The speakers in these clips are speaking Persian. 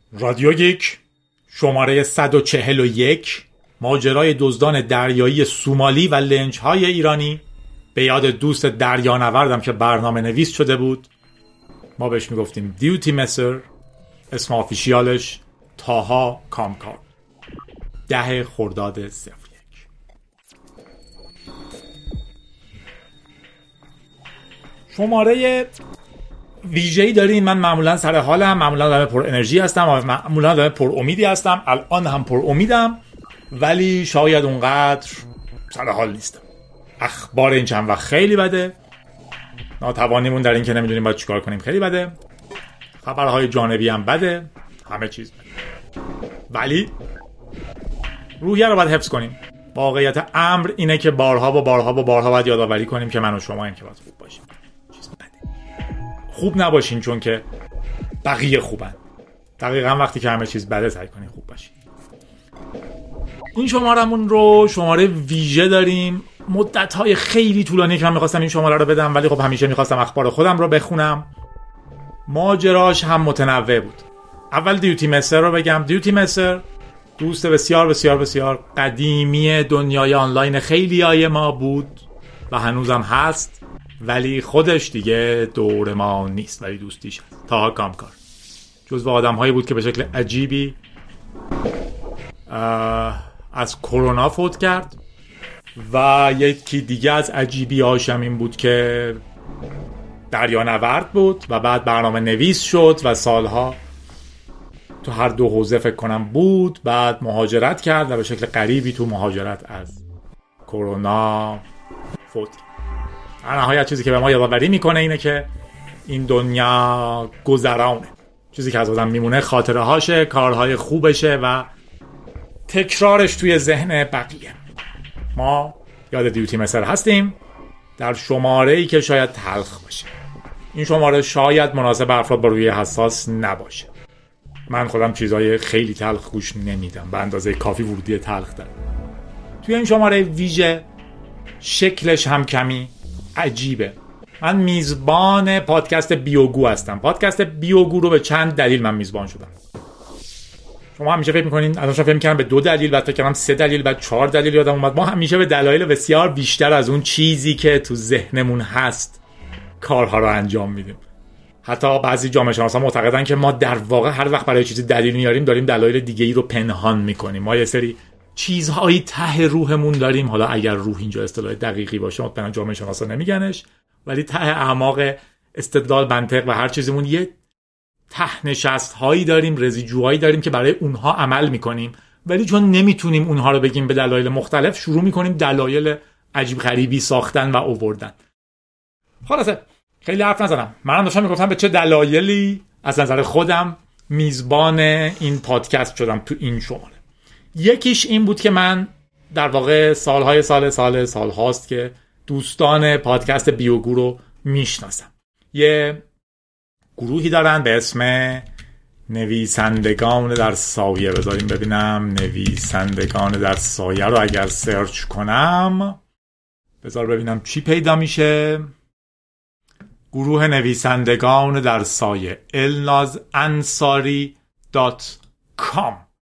رادیو گیک شماره 141 ماجرای دزدان دریایی سومالی و لنج‌های ایرانی به یاد دوست دریانوردم که برنامه نویس شده بود. ما بهش میگفتیم دیوتی مسر، اسم آفیشیالش طاها کامکار. 10 خرداد 01. شماره ویژه‌ای داریم. من معمولا سر حالم، معمولا آدم پر انرژی هستم و معمولا آدم پر امیدی هستم. الان هم پر امیدم، ولی شاید اونقدر سر حال نیستم. اخبار این چند وقت خیلی بده. ناتوانیمون در این که نمیدونیم باید چیکار کنیم خیلی بده. خبرهای جانبی هم بده. همه چیز بده. ولی روحیه رو باید حفظ کنیم. واقعیت امر اینه که بارها باید یادآوری کنیم که من و شما این که باید خوب باشیم. چیز بده. خوب نباشین چون که بقیه خوبن. دقیقاً وقتی که همه چیز بده سعی کنین خوب باشین. این شمارمون رو شماره ویژه داریم. مدت‌های خیلی طولانی که من می‌خواستم این شماره رو بدم، ولی خب همیشه می‌خواستم اخبار خودم رو بخونم. ماجراش هم متنوع بود. اول دیوتی مسر رو بگم. دیوتی مسر دوست بسیار بسیار بسیار قدیمی دنیای آنلاین خیلیای ما بود و هنوزم هست، ولی خودش دیگه دور ما نیست، ولی دوستیش هست. طاها کامکار جزو آدم‌هایی بود که به شکل عجیبی از کرونا فوت کرد و یکی دیگه از عجیبی‌هاش هم این بود که دریانورد بود و بعد برنامه نویس شد و سالها تو هر دو حوزه فکر کنم بود. بعد مهاجرت کرد و به شکل غریبی تو مهاجرت از کرونا فوت کرد. در نهایت چیزی که به ما یادآوری میکنه اینه که این دنیا گذرانه. چیزی که از آدم میمونه خاطره هاشه، کارهای خوبشه و تکرارش توی ذهن بقیه. ما یاد دیوتی مسر هستیم در شماره‌ای که شاید تلخ باشه. این شماره شاید مناسب افراد با روحیه حساس نباشه. من خودم چیزای خیلی تلخ گوش نمیدم، به اندازه کافی ورودی تلخ دارم. توی این شماره ویژه شکلش هم کمی عجیبه. من میزبان پادکست بیوگو هستم. پادکست بیوگو رو به چند دلیل من میزبان شدم. شما همیشه فکر می‌کنین، الان فکر می‌کنم به 2 دلیل، بعد فکر کردم 3 دلیل، بعد 4 دلیل یادم اومد. ما همیشه به دلایل بسیار بیشتر از اون چیزی که تو ذهنمون هست کارها رو انجام میدیم. حتی بعضی جامعه شناسا معتقدن که ما در واقع هر وقت برای چیزی دلیل میاریم داریم دلایل دیگه‌ای رو پنهان میکنیم. ما یه سری چیزهایی ته روحمون داریم. حالا اگر روح اینجا اصطلاح دقیقی باشه مطمئنا جامعه شناسا نمیگنش، ولی ته اعماق استدلال، منطق و هر چیزمون یه ته نشست‌هایی داریم، رزیجوهایی داریم که برای اونها عمل میکنیم، ولی چون نمیتونیم اونها رو بگیم به دلایل مختلف شروع میکنیم دلایل عجیب غریبی ساختن و آوردن. خلاصه خیلی حرف نزنم. منم داشتم میگفتم به چه دلایلی از نظر خودم میزبان این پادکست شدم تو این شماره. یکیش این بود که من در واقع سال هاست که دوستان پادکست بیوگو رو میشناسم. یه گروهی دارن به اسم نویسندگان در سایه. بذاریم ببینم نویسندگان در سایه رو اگر سرچ کنم، بذار ببینم چی پیدا میشه. گروه نویسندگان در سایه elnazansari.com.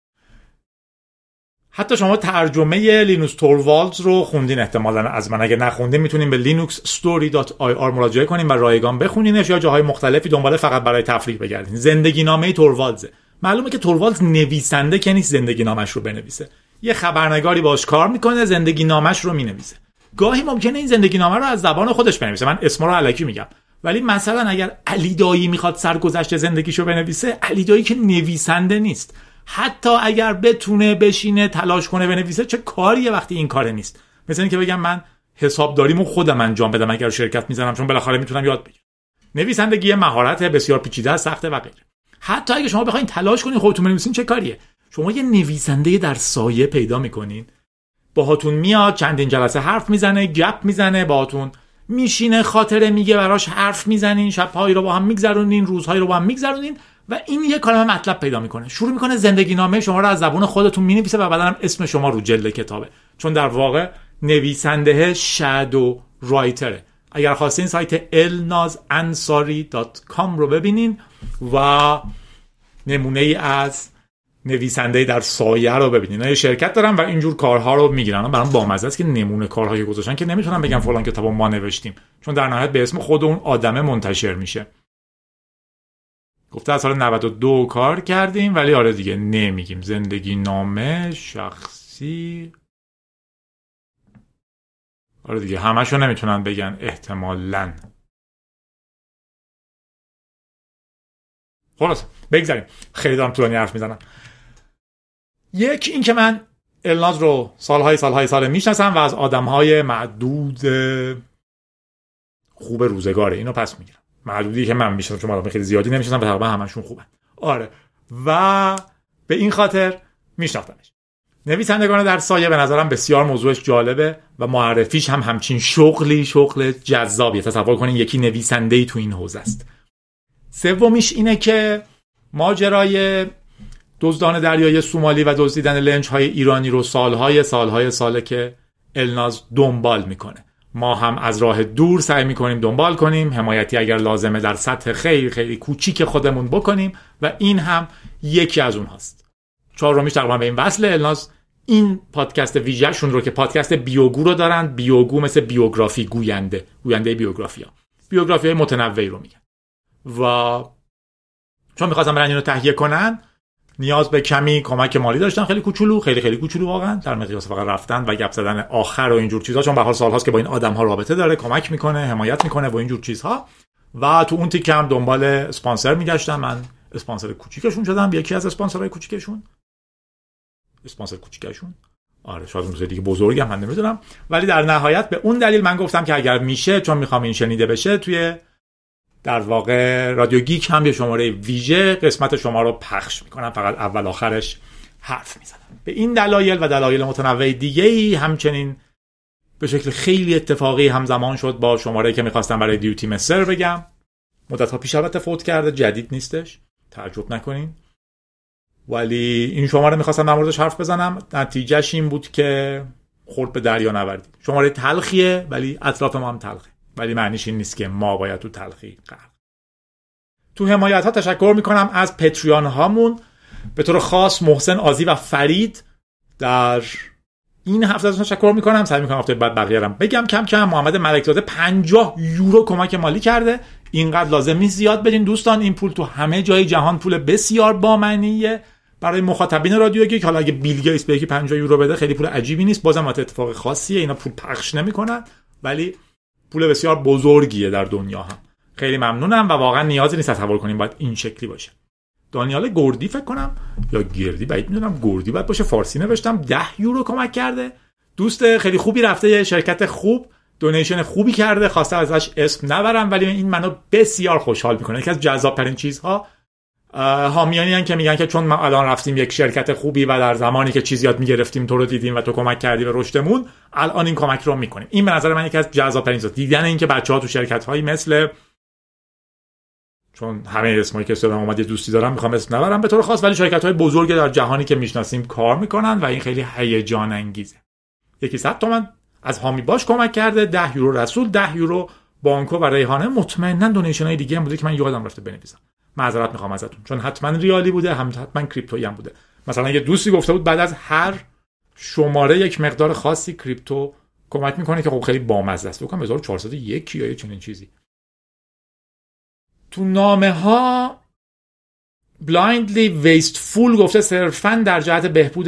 حتی شما ترجمه لینوکس توروالدز رو خوندین احتمالاً از من. اگه نخوندین میتونین به linuxstory.ir مراجعه کنین و رایگان بخونینش، یا جاهای مختلفی دنبال فقط برای تفریح بگردین. زندگی نامه توروالدز. معلومه که توروالدز نویسنده که نیست زندگی نامش رو بنویسه. یه خبرنگاری باش کار میکنه زندگی نامش رو مینویسه. گاهی ممکنه این زندگی نامه رو از زبان خودش بنویسه. من اسم رو الکی میگم. ولی مثلا اگر علی دایی میخواد سرگذشت زندگیشو بنویسه، علی دایی که نویسنده نیست. حتی اگر بتونه بشینه تلاش کنه بنویسه، چه کاریه وقتی این کاره نیست. مثلا اینکه بگم من حسابداریمو خودم انجام بدم اگر شرکت میزنم، چون بالاخره میتونم یاد بگیرم. نویسندگی مهارت بسیار پیچیده است، سخته و غیره. حتی اگه شما بخواید تلاش کنین خودتون بنویسین، چه کاریه. شما یه نویسنده در سایه پیدا میکنین، باهاتون میاد، چندین جلسه حرف میزنه، گپ میزنه، باهاتون میشینه، خاطره میگه، براش حرف میزنین، شب‌هایی رو با هم میگذرونین، روزهایی رو با هم میگذرونین و این یه کلمه مطلب پیدا میکنه، شروع میکنه زندگی نامه شما رو از زبون خودتون مینویسه و بعداً هم اسم شما رو جلد کتابه، چون در واقع نویسنده شادو رایتره. اگر خواستین سایت elnazansari.com رو ببینین و نمونه ای از نویسنده در سایه رو ببینید. اینا یه شرکت دارن و اینجور کارها رو میگیرن. برام بامزه است که نمونه کارهایی گذاشتن که نمیتونن بگن فلان کتابو ما نوشتیم، چون در نهایت به اسم خود اون آدمه منتشر میشه. گفته از سال 92 کار کردیم، ولی آره دیگه نمیگیم. زندگی نامه شخصی، آره دیگه همشو نمیتونن بگن احتمالاً. خلاص بگذاریم، خیلی دارم طولانی حرف میزنم. یک این که من الناز رو سال میشناسم و از آدمهای معدود خوب روزگاره، اینو پس میگیرم. معدودی که من میشناسم، چون آدم خیلی زیادی نمیشناسم و تقریبا همشون خوبن. آره، و به این خاطر میشناختمش. نویسندگان در سایه به نظرم بسیار موضوعش جالبه و معرفیش هم همچین شغل جذابیه. تصور کنین یکی نویسنده‌ای تو این حوزه است. سومیش اینه که ماجرای دزدان دریای سومالی و دزدیدن لنج‌های ایرانی رو ساله که الناز دنبال میکنه. ما هم از راه دور سعی میکنیم دنبال کنیم، حمایتی اگر لازمه در سطح خیلی خیلی کوچیک خودمون بکنیم و این هم یکی از اونهاست. چهارمیش تقریبا به این وصله. الناز این پادکست ویژه‌شون رو که پادکست بیوگو رو دارن، بیوگو مثل بیوگرافی، گوینده بیوگرافی‌های متنوعی رو میگن و چون می‌خواستم برن اینو تهیه کنن نیاز به کمی کمک مالی داشتن، خیلی کوچولو واقعا، در مقیاس فقط رفتن و گپ زدن آخر و اینجور چیزا، چون به هر سال‌هاست که با این آدم‌ها رابطه داره، کمک میکنه، حمایت میکنه و اینجور چیزها. و تو اون تیکه هم دنبال اسپانسر میگشتم. من اسپانسر کوچیکشون شدم، یکی از اسپانسرهای کوچیکشون. آره شاید اون دیگه بزرگم من نمیدونم، ولی در نهایت به اون دلیل من گفتم که اگر میشه، چون میخوام این شنیده بشه، توی در واقع رادیو گیک هم یه شماره ویژه قسمت شما رو پخش میکنم، فقط اول آخرش حرف میزنم. به این دلایل و دلایل متنوع دیگه‌ای همچنین به شکل خیلی اتفاقی همزمان شد با شماره‌ای که میخواستم برای دیوتی مستر بگم. مدت‌ها پیش البته فوت کرده، جدید نیستش، تعجب نکنین. ولی این شماره میخواستم در موردش حرف بزنم. نتیجهش این بود که خورد به دریا نوردیم. شماره تلخیه ولی اطراف ما هم تلخه، ولی معنیش این نیست که ما باید تو تلخی غرق. تو حمایت ها تشکر میکنم از پتریان هامون، به طور خاص محسن آزی و فرید. در این هفته ازشون تشکر میکنم. سعی میکنم هفته بعد بقیه رو بگم کم کم. محمد ملکزاده 50 یورو کمک مالی کرده. اینقدر لازم نیست زیاد بدین دوستان، این پول تو همه جای جهان پول بسیار بامعنیه برای مخاطبین رادیو گیک. حالا اگه بیل گیتس به یکی 50 یورو بده خیلی پول عجیبی نیست، بازم اتفاق خاصیه، اینا پول پخش نمیکنن، ولی پول بسیار بزرگیه در دنیا هم. خیلی ممنونم و واقعا نیازی نیست تصور کنیم باید این شکلی باشه. دانیال گردی فکر کنم یا گردی، بعید میدونم، گردی باید باشه، فارسی نوشتم، 10 یورو کمک کرده. دوست خیلی خوبی رفته، یه شرکت خوب دونیشن خوبی کرده، خواسته ازش اسم نبرم، ولی این منو بسیار خوشحال میکنه. یکی از جذاب‌ترین چیزها حامیانی ان که میگن که چون ما الان رفتیم یک شرکت خوبی و در زمانی که چیز یاد میگرفتیم تو رو دیدیم و تو کمک کردی به رشدمون، الان این کمک رو میکنیم. این به نظر من یکی از جذاب‌ترین چیزاست، دیدن اینکه بچه‌ها تو شرکت‌هایی مثل، چون همه اسمایی که صدام اومد یه دوستی دارم میخوام اسم نبرم به طور خاص، ولی شرکت‌های بزرگ در جهانی که میشناسیم کار میکنن و این خیلی هیجان انگیزه. یکی 100 تومن از حامی باش کمک کرده، 10 یورو رسول، 10 یورو بانکو و ریحانه. مطمئنا دونیشن‌های دیگه هم بوده که من یادم رفته بنویسم. معذرت میخوام ازتون، چون حتما ریالی بوده، حتما کریپتویی هم بوده. مثلا یه دوستی گفته بود بعد از هر شماره یک مقدار خاصی کریپتو کمک میکنه که خب خیلی بامزه است. فکر کنم 1401 یا چنین چیزی. تو نامه ها blindly wasteful گفته صرفاً در جهت بهبود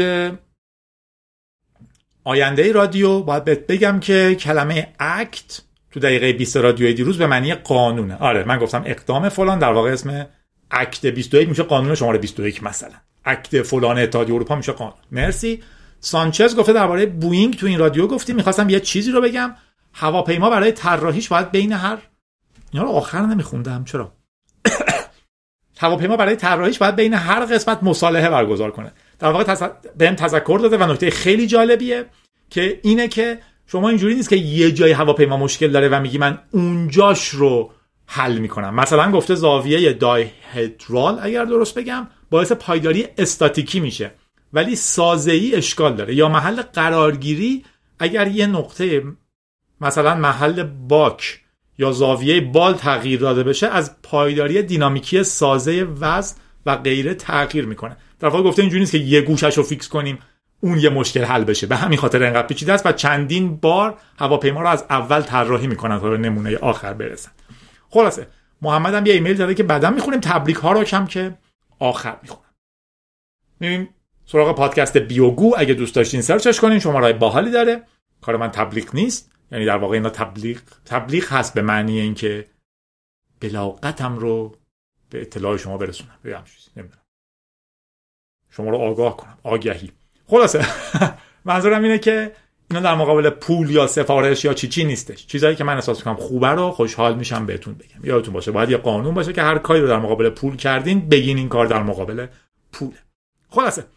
آینده رادیو. باید بهت بگم که کلمه اکت تو دقیقه 20 رادیوی دیروز به معنی قانونه. آره من گفتم اقدام فلان، در واقع اسم اکت 21 میشه قانون شماره 21 مثلا. اکت فلان اتحادیه اروپا میشه قانون. مرسی. سانچز گفته درباره بوئینگ تو این رادیو گفتیم. میخواستم یه چیزی رو بگم. هواپیما برای طراحیش باید بین هر، اینا رو آخر نمیخوندم چرا؟ هواپیما برای طراحیش باید بین هر قسمت مصالحه برگزار کنه. در واقع بهم تذکر داده و نکته خیلی جالبیه که اینه که شما اینجوری نیست که یه جای هواپیما مشکل داره و میگی من اونجاش رو حل میکنم. مثلا گفته زاویه دایهدرال اگر درست بگم باعث پایداری استاتیکی میشه، ولی سازه‌ای اشکال داره. یا محل قرارگیری اگر یه نقطه مثلا محل باک یا زاویه بال تغییر داده بشه، از پایداری دینامیکی سازه وزن و غیره تغییر میکنه. در واقع گفته اینجوری نیست که یه گوشش رو فیکس کنیم اون یه مشکل حل بشه. به همین خاطر اینقدر پیچیده است و چندین بار هواپیما رو از اول طراحی میکنن تا به نمونه آخر برسن. خلاصه محمد هم یه ایمیل زده که بعداً میخونیم تبریک ها رو کم که آخر میخونم. میریم سراغ پادکست بیوگو. اگه دوست داشتین سرچش کنین، شماره‌های باحالی داره. کار من تبلیغ نیست، یعنی در واقع اینا تبلیغ هست به معنی اینکه بلاغتم رو به اطلاع شما برسونم، بگم چیزی نمیدونم، شما رو آگاه کنم، آگهی. خلاصه منظورم اینه که اینا در مقابل پول یا سفارش یا چی نیستش. چیزایی که من احساس می‌کنم خوبه رو خوشحال میشم بهتون بگم. یادتون باشه باید یه قانون باشه که هر کاری رو در مقابل پول کردین بگین این کار در مقابل پوله. خلاصه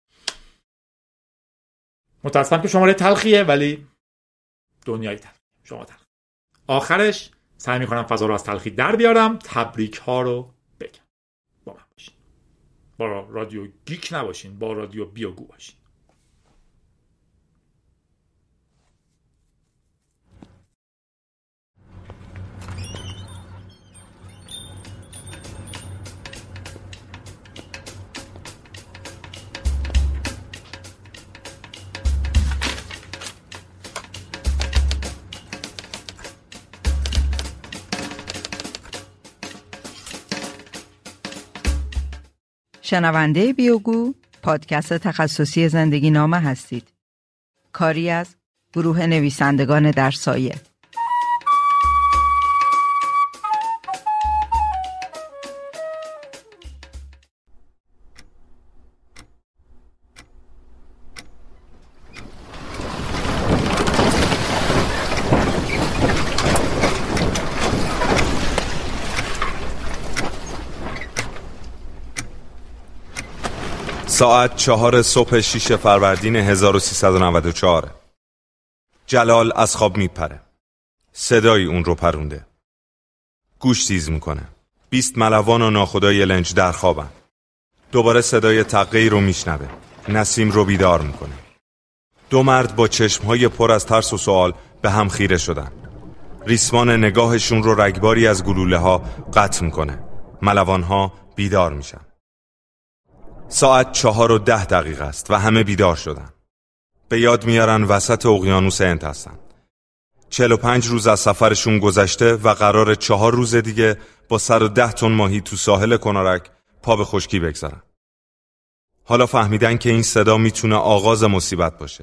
متاسفم که شماره تلخیه، ولی دنیای تلخ، شما تلخ. آخرش سعی میکنم فضا رو از تلخی در بیارم، تبریک ها رو بگم. با من باشین، با رادیو گیک نباشین، با رادیو بیوگو باشین. شنونده بیوگو، پادکست تخصصی زندگی نامه هستید. کاری از گروه نویسندگان در سایه. ساعت 4 صبح 6 فروردین 1394. جلال از خواب میپره. صدای اون رو پرونده. گوش تیز میکنه. 20 ملوان و ناخدای لنج در خوابن. دوباره صدای تقی رو میشنوه. نسیم رو بیدار میکنه. دو مرد با چشمهای پر از ترس و سوال به هم خیره شدن. ریسمان نگاهشون رو رگباری از گلوله ها قطع میکنه. ملوان ها بیدار میشن. ساعت 4:10 است و همه بیدار شدن. به یاد میارن وسط اقیانوس هند هستن. 45 روز از سفرشون گذشته و قرار 4 روز دیگه با 110 تن ماهی تو ساحل کنارک پا به خشکی بگذارن. حالا فهمیدن که این صدا میتونه آغاز مصیبت باشه.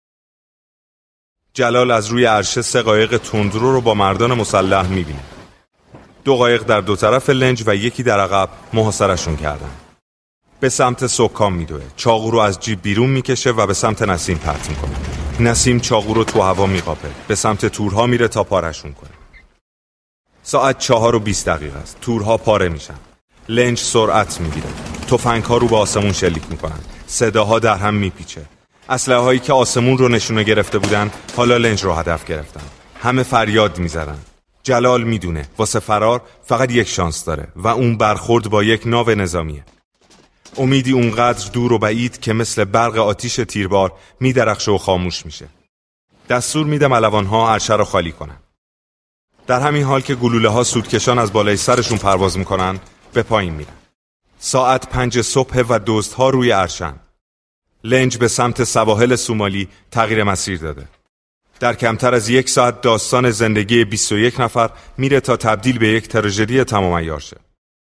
جلال از روی عرشه 3 قایق تندرو رو با مردان مسلح میبینه. 2 قایق در 2 طرف لنج و یکی در عقب محاصرهشون کردن. به سمت سکان میدوه. چاقو رو از جیب بیرون میکشه و به سمت نسیم پرت میکنه. نسیم چاقو رو تو هوا میقاپه. به سمت تورها میره تا پارشون کنه. ساعت 4:20 است. تورها پاره میشن. لنج سرعت میگیره. تفنگ‌ها رو به آسمون شلیک میکنن. صداها در هم میپیچه. اسلحه‌هایی که آسمون رو نشونه گرفته بودن حالا لنج رو هدف گرفتن. همه فریاد میزنن. جلال میدونه واسه فرار فقط یک شانس داره و اون برخورد با یک ناو نظامیه. امیدی اونقدر دور و بعید که مثل برق آتیش تیربار میدرخشه و خاموش میشه. دستور میده ملوان‌ها عرشه رو خالی کنن. در همین حال که گلوله‌ها سودکشان از بالای سرشون پرواز میکنن به پایین میرن. ساعت 5 صبح و دزدها روی عرشن. لنج به سمت سواحل سومالی تغییر مسیر داده. در کمتر از 1 ساعت داستان زندگی 21 نفر میره تا تبدیل به یک تراژدی تمام عیار شه.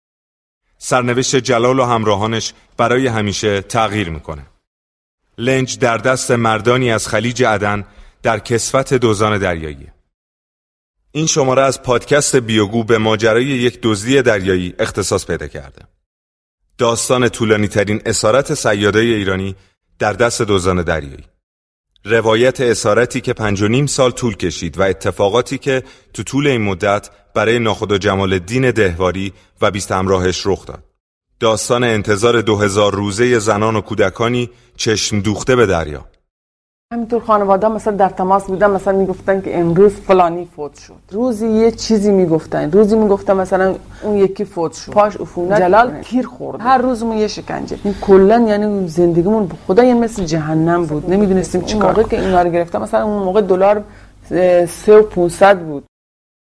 سرنوشت جلال و همراهانش برای همیشه تغییر میکنه. لنج در دست مردانی از خلیج عدن در کسوت دزدان دریایی. این شماره از پادکست بیوگو به ماجرای یک دزدی دریایی اختصاص پیدا کرده. داستان طولانی ترین اسارت صیادای ایرانی در دست دزدان دریایی. روایت اسارتی که 5.5 سال طول کشید و اتفاقاتی که تو طول این مدت برای ناخدا جمال الدین دهواری و 20 همراهش رخ داد. داستان انتظار 2000 روزه زنان و کودکانی چشم دوخته به دریا. همینطور خانواده مثلا در تماس بودن، مثلا میگفتن که امروز فلانی فوت شد، روزی یه چیزی میگفتن، روزی میگفتن مثلا اون یکی فوت شد، پاش عفونت، جلال تیر خورد، هر روزمون یه شکنجه. این کلا یعنی زندگیمون خدا یه مثل جهنم بود، نمیدونستیم چیکار کنیم. که اینا رو گرفتم مثلا اون موقع دلار 3500 بود.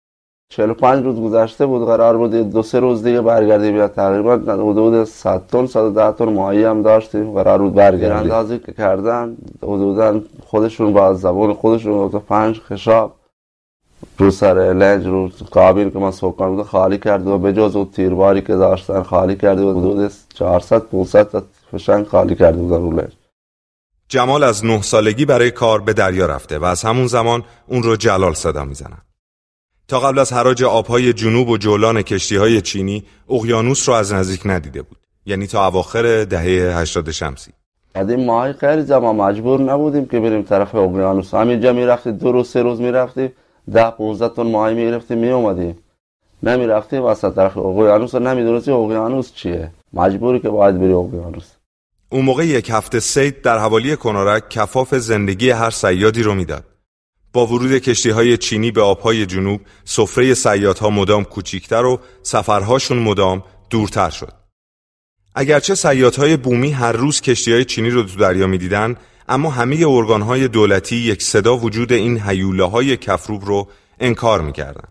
45 روز گذشته بود، قرار بود 2-3 روز دیگه برگردیم. تقریبا حدود 100 تن 110 تن ماهی هم داشتیم، قرار بود برگردیم. اندازی که کردن حدودا خودشون با زبان خودشون 5 خشاب رو سر لنج رو کابین که من سوکان بوده خالی کرد و به جز اون تیرباری که داشتن خالی کرد و حدود 400-500 تا فشنگ خالی کرده بودن رو لنج. جمال از 9 سالگی برای کار به دریا رفته و از همون زمان اون رو جلال صدا میزنن. تا قبل از حراج آبهای جنوب و جولان کشتی‌های چینی اقیانوس رو از نزدیک ندیده بود، یعنی تا اواخر دهه 80 شمسی. قدیم ماهی خیلی زمان مجبور نبودیم که بریم طرف اقیانوس، همینجا میرفتیم 2-3 روز میرفتیم 10-15 تن ماهی میگرفتیم میومدیم، نمیرفتیم واسه طرف اقیانوس و نمیدونستی اقیانوس چیه، مجبوری که باید بری اقیانوس. اون موقع 1 هفته صید در حوالی کنارک کفاف زندگی هر صیادی رو میداد. با ورود کشتی‌های چینی به آبهای جنوب، سفره صیادها مدام کوچیک‌تر و سفرهاشون مدام دورتر شد. اگرچه صیادهای بومی هر روز کشتی‌های چینی رو تو دریا می‌دیدن، اما همه ارگان‌های دولتی یک صدا وجود این هیوله‌های کفروب رو انکار می‌کردند.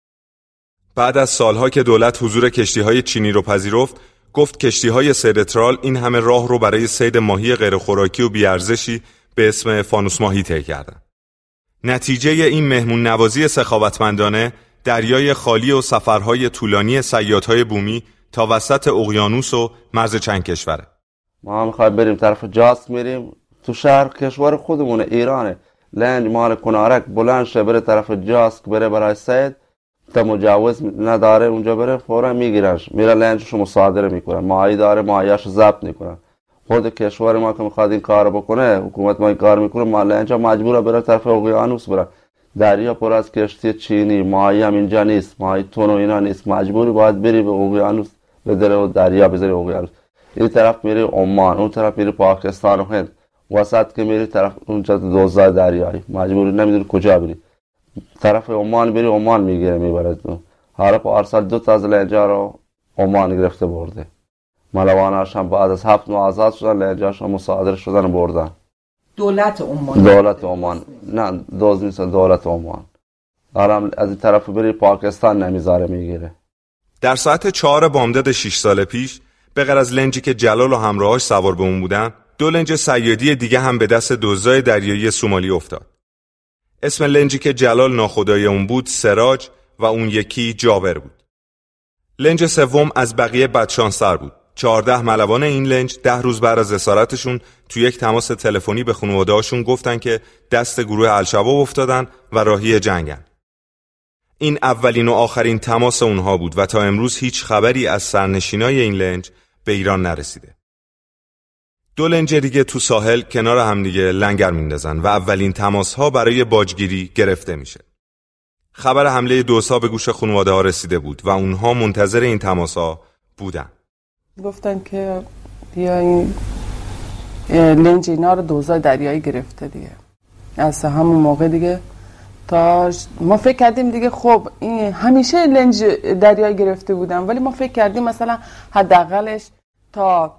بعد از سالها که دولت حضور کشتی‌های چینی رو پذیرفت، گفت کشتی‌های سیدترال این همه راه رو برای صید ماهی غیرخوراکی و بی‌ارزشی به اسم فانوس ماهی طی کردند. نتیجه این مهمون نوازی سخاوتمندانه، دریای خالی و سفرهای طولانی صیادهای بومی تا وسط اقیانوس و مرز چند کشوره. ما هم می‌خوایم بریم طرف جاسک، میریم تو شهر کشور خودمونه ایرانه، لنج مال کنارک بلند شه بره طرف جاسک بره برای صید، تا مجوز نداره اونجا بره فورا میگیرنش، میره لنجشو مصادره میکنن، ماهی داره ماهیاشو ضبط میکنن. خود کشور ما که میخواد این کارو بکنه، حکومت ما این کار میکنه، ما لنجا مجبوره بره طرف اقیانوس بره. دریا پر از کشتی چینی، ماهی هم اینجا نیست، ماهی تون و اینا نیست، مجبوری باید بری به اقیانوس، به در دریا بذاری اقیانوس. این طرف میری عمان، اون طرف میری پاکستان و هند، وسط که میری طرف اونجا دوزای دریایی، مجبوری نمیدونی کجا بری. طرف عمان بری عمان میگیره میبره. حالا پارسال 2 تا از لنجا رو عمان گرفته برده. ملواناش هم بعد از 7 ماه آزاد شدن، لنجاش هم مصادره شدن و بردن. دولت عمان نه دوز نیست، دولت عمان. حالا از این طرف بری پاکستان نمیذاره میگیره. در ساعت 4 بامداد 6 سال پیش، به غیر از لنجی که جلال و همراهاش سوار به اون بودن، 2 لنج صیادی دیگه هم به دست دزدای دریایی سومالی افتاد. اسم لنجی که جلال ناخدای اون بود سراج و اون یکی جابر بود. لنج سوم از بقیه بدشانس‌تر بود. 14 ملوان این لنج 10 روز بعد از اسارتشون تو یک تماس تلفنی به خانواده‌هاشون گفتن که دست گروه الشباب افتادن و راهی جنگن. این اولین و آخرین تماس اونها بود و تا امروز هیچ خبری از سرنشینای این لنج به ایران نرسیده. 2 لنج دیگه تو ساحل کنار همدیگه لنگر میندازن و اولین تماس‌ها برای باجگیری گرفته میشه. خبر حمله دوسا به گوش خانواده‌ها رسیده بود و اونها منتظر این تماس‌ها بودن. گفتن که بیا این لنج اینا رو دوزای دریایی گرفته دیگه. از همون موقع دیگه تا ما فکر کردیم دیگه خب این همیشه لنج دریایی گرفته بودن، ولی ما فکر کردیم مثلا حداقلش تا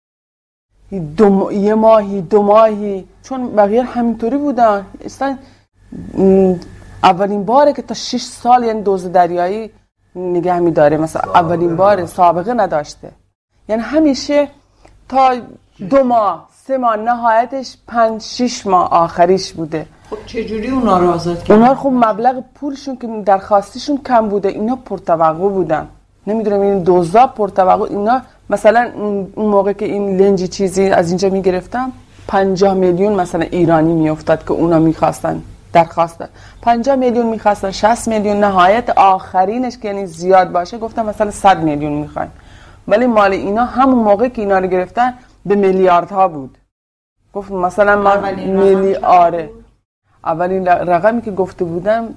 1 ماهی 2 ماهی، چون بقیه همینطوری بودن. اصلا اولین باره که تا 6 سال یعنی دوز دریایی نگه می‌داره، مثلا اولین بار سابقه نداشته، یعنی همیشه تا 2 ماه 3 ماه، نهایتش 5-6 ماه آخریش بوده. خب چجوری اونا رو آزاد کردن؟ اونا خب مبلغ پولشون که درخواستشون کم بوده، اینا پرتوقع بودن. نمیدونم این دوزا پرتوقع، اینا مثلا اون موقع که این لنجی چیزی از اینجا میگرفتم 50 میلیون مثلا ایرانی میافتاد که اونا میخواستن درخواست 50 میلیون میخواستن، 60 میلیون، نهایت آخرینش که یعنی زیاد باشه گفتم مثلا 100 میلیون میخواین، ولی مال اینا همون موقع که اینا رو گرفتن به میلیاردها بود. گفت مثلا ما میلیارد اولین رقمی که گفته بودم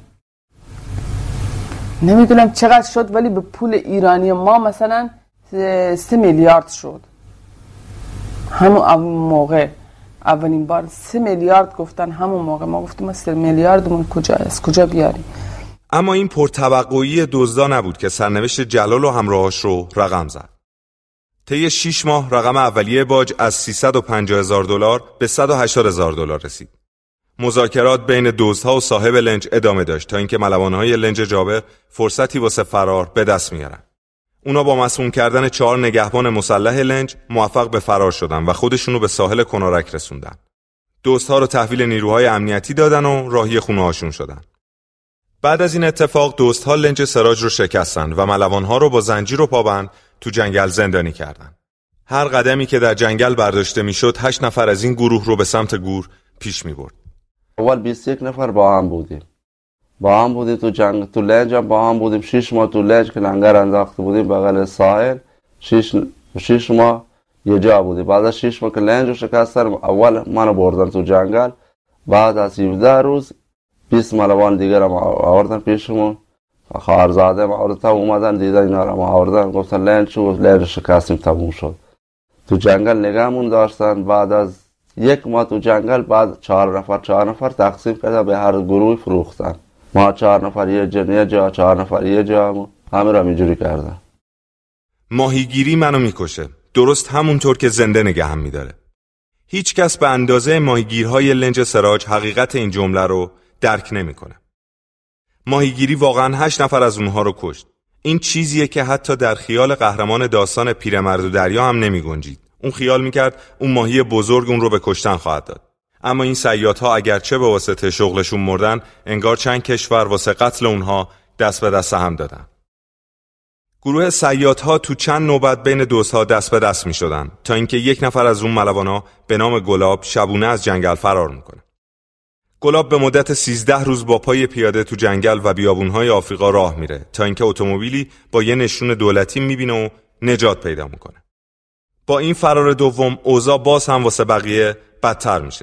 نمیدونم چقدر شد، ولی به پول ایرانی ما مثلا 3 میلیارد شد. همون موقع اولین بار 3 میلیارد گفتن. همون موقع ما گفتیم 3 میلیاردمون کجا بیاریم. اما این پرتوقعی دزدا نبود که سرنوشت جلال و همراهاش رو رقم زد. طی 6 ماه رقم اولیه باج از $350,000 به $180,000 رسید. مذاکرات بین دزدها و صاحب لنج ادامه داشت تا اینکه ملوانهای لنج جابر فرصتی واسه فرار به دست میارن. اونا با مسموم کردن 4 نگهبان مسلح لنج موفق به فرار شدن و خودشونو به ساحل کنارک رسوندن. دزدها رو تحویل نیروهای امنیتی دادن و راهی خونه‌هاشون شدن. بعد از این اتفاق دزدها لنج سراج رو شکستن و ملوانها رو با زنجیر و پابند تو جنگل زندانی کردن. هر قدمی که در جنگل برداشته میشد 8 نفر از این گروه رو به سمت گور پیش میبرد. اول 21 نفر با هم بودیم تو جنگ، تو لنج هم با هم بودیم. 6 ماه تو لنج که لنگر انداخته بودیم بغل ساحل، 6 ماه یه جا بودیم. بعد از 6 ماه که لنج رو شکستن اول منو بردن تو جنگل. بعد از 17 روز 20 ملوان دیگر هم آوردن پیشمون، خواهرزاده هم آوردن، اومدن دیدن اینا رو آوردن، گفتن لنج شکستیم، تموم شد. تو جنگل نگهمون داشتن. بعد از 1 ماه تو جنگل بعد 4 نفر تقسیم کردن، به هر گروه فروختن. ما 4 نفر یه جا 4 نفر یه جا، همه را اینجوری کردن. ماهیگیری منو میکشه، درست همونطور که زنده نگهم میداره. هیچ کس به اندازه ماهیگیرهای لنج سراج حقیقت این جمله رو درک نمیکنه. ماهیگیری واقعا 8 نفر از اونها رو کشت. این چیزیه که حتی در خیال قهرمان داستان پیرمرد و دریا هم نمی گنجید. اون خیال میکرد اون ماهی بزرگ اون رو به کشتن خواهد داد. اما این صیادها اگرچه به واسطه شغلشون مردن، انگار چند کشور واسه قتل اونها دست به دست هم دادن. گروه صیادها تو چند نوبت بین دزدها دست به دست میشدن تا اینکه 1 نفر از اون ملوانا به نام گلاب شبونه از جنگل فرار میکنه. گلاب به مدت 13 روز با پای پیاده تو جنگل و بیابونهای آفریقا راه میره تا اینکه اتومبیلی با یه نشون دولتی میبینه و نجات پیدا میکنه. با این فرار دوم اوضاع باز هم واسه بقیه بدتر میشه.